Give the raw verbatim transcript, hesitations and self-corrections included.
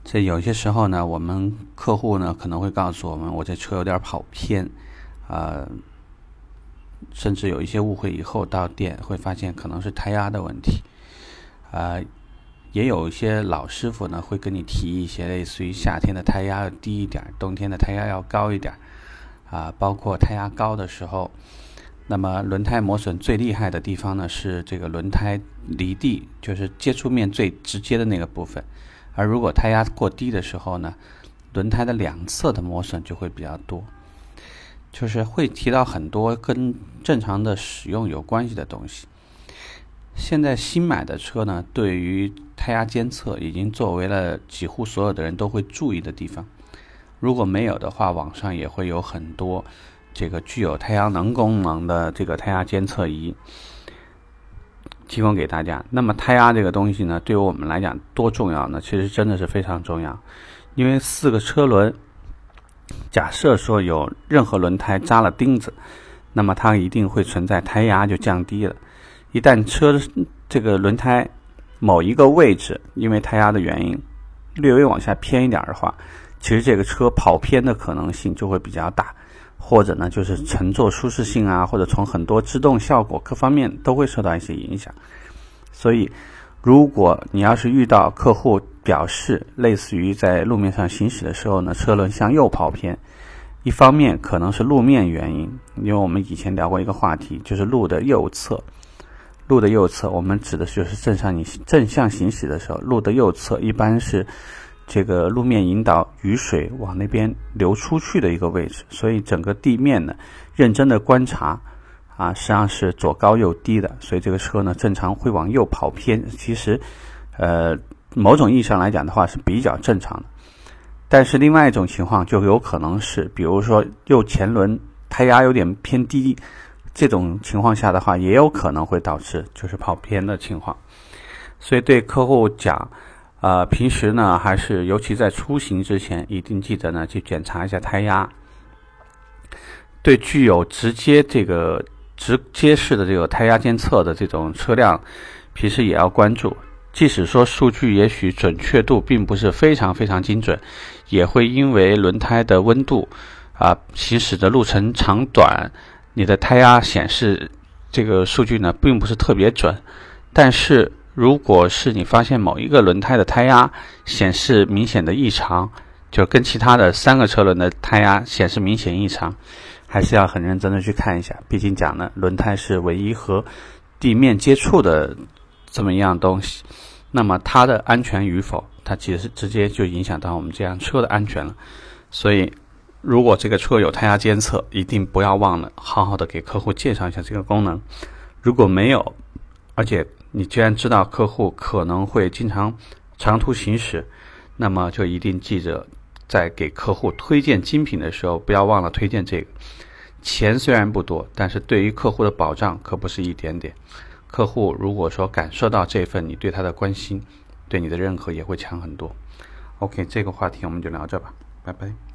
这有些时候呢，我们客户呢可能会告诉我们，我这车有点跑偏，呃，甚至有一些误会，以后到店会发现可能是胎压的问题，呃，也有一些老师傅呢会跟你提一些类似于夏天的胎压要低一点，冬天的胎压要高一点，啊、呃，包括胎压高的时候，那么轮胎磨损最厉害的地方呢是这个轮胎离地，就是接触面最直接的那个部分。而如果胎压过低的时候呢，轮胎的两侧的磨损就会比较多，就是会提到很多跟正常的使用有关系的东西。现在新买的车呢，对于胎压监测已经作为了几乎所有的人都会注意的地方。如果没有的话，网上也会有很多这个具有太阳能功能的这个胎压监测仪提供给大家。那么胎压这个东西呢，对于我们来讲多重要呢？其实真的是非常重要。因为四个车轮，假设说有任何轮胎扎了钉子，那么它一定会存在胎压就降低了。一旦车这个轮胎某一个位置因为胎压的原因略微往下偏一点的话，其实这个车跑偏的可能性就会比较大，或者呢就是乘坐舒适性啊，或者从很多制动效果各方面都会受到一些影响。所以如果你要是遇到客户表示类似于在路面上行驶的时候呢，车轮向右跑偏，一方面可能是路面原因，因为我们以前聊过一个话题，就是路的右侧，路的右侧我们指的就是正向你正向行驶的时候，路的右侧一般是这个路面引导雨水往那边流出去的一个位置，所以整个地面呢认真的观察啊，实际上是左高右低的，所以这个车呢正常会往右跑偏，其实呃某种意义上来讲的话是比较正常的。但是另外一种情况就有可能是，比如说右前轮胎压有点偏低，这种情况下的话也有可能会导致就是跑偏的情况。所以对客户讲呃，平时呢还是尤其在出行之前一定记得呢去检查一下胎压。对具有直接这个直接式的这个胎压监测的这种车辆，平时也要关注。即使说数据也许准确度并不是非常非常精准，也会因为轮胎的温度啊、行驶的路程长短，你的胎压显示这个数据呢并不是特别准。但是如果是你发现某一个轮胎的胎压显示明显的异常，就跟其他的三个车轮的胎压显示明显异常，还是要很认真的去看一下。毕竟讲呢，轮胎是唯一和地面接触的这么一样东西，那么它的安全与否，它其实是直接就影响到我们这辆车的安全了。所以如果这个车有胎压监测，一定不要忘了好好的给客户介绍一下这个功能。如果没有，而且你既然知道客户可能会经常长途行驶，那么就一定记着在给客户推荐精品的时候不要忘了推荐这个。钱虽然不多，但是对于客户的保障可不是一点点。客户如果说感受到这份你对他的关心，对你的认可也会强很多。 OK， 这个话题我们就聊这吧，拜拜。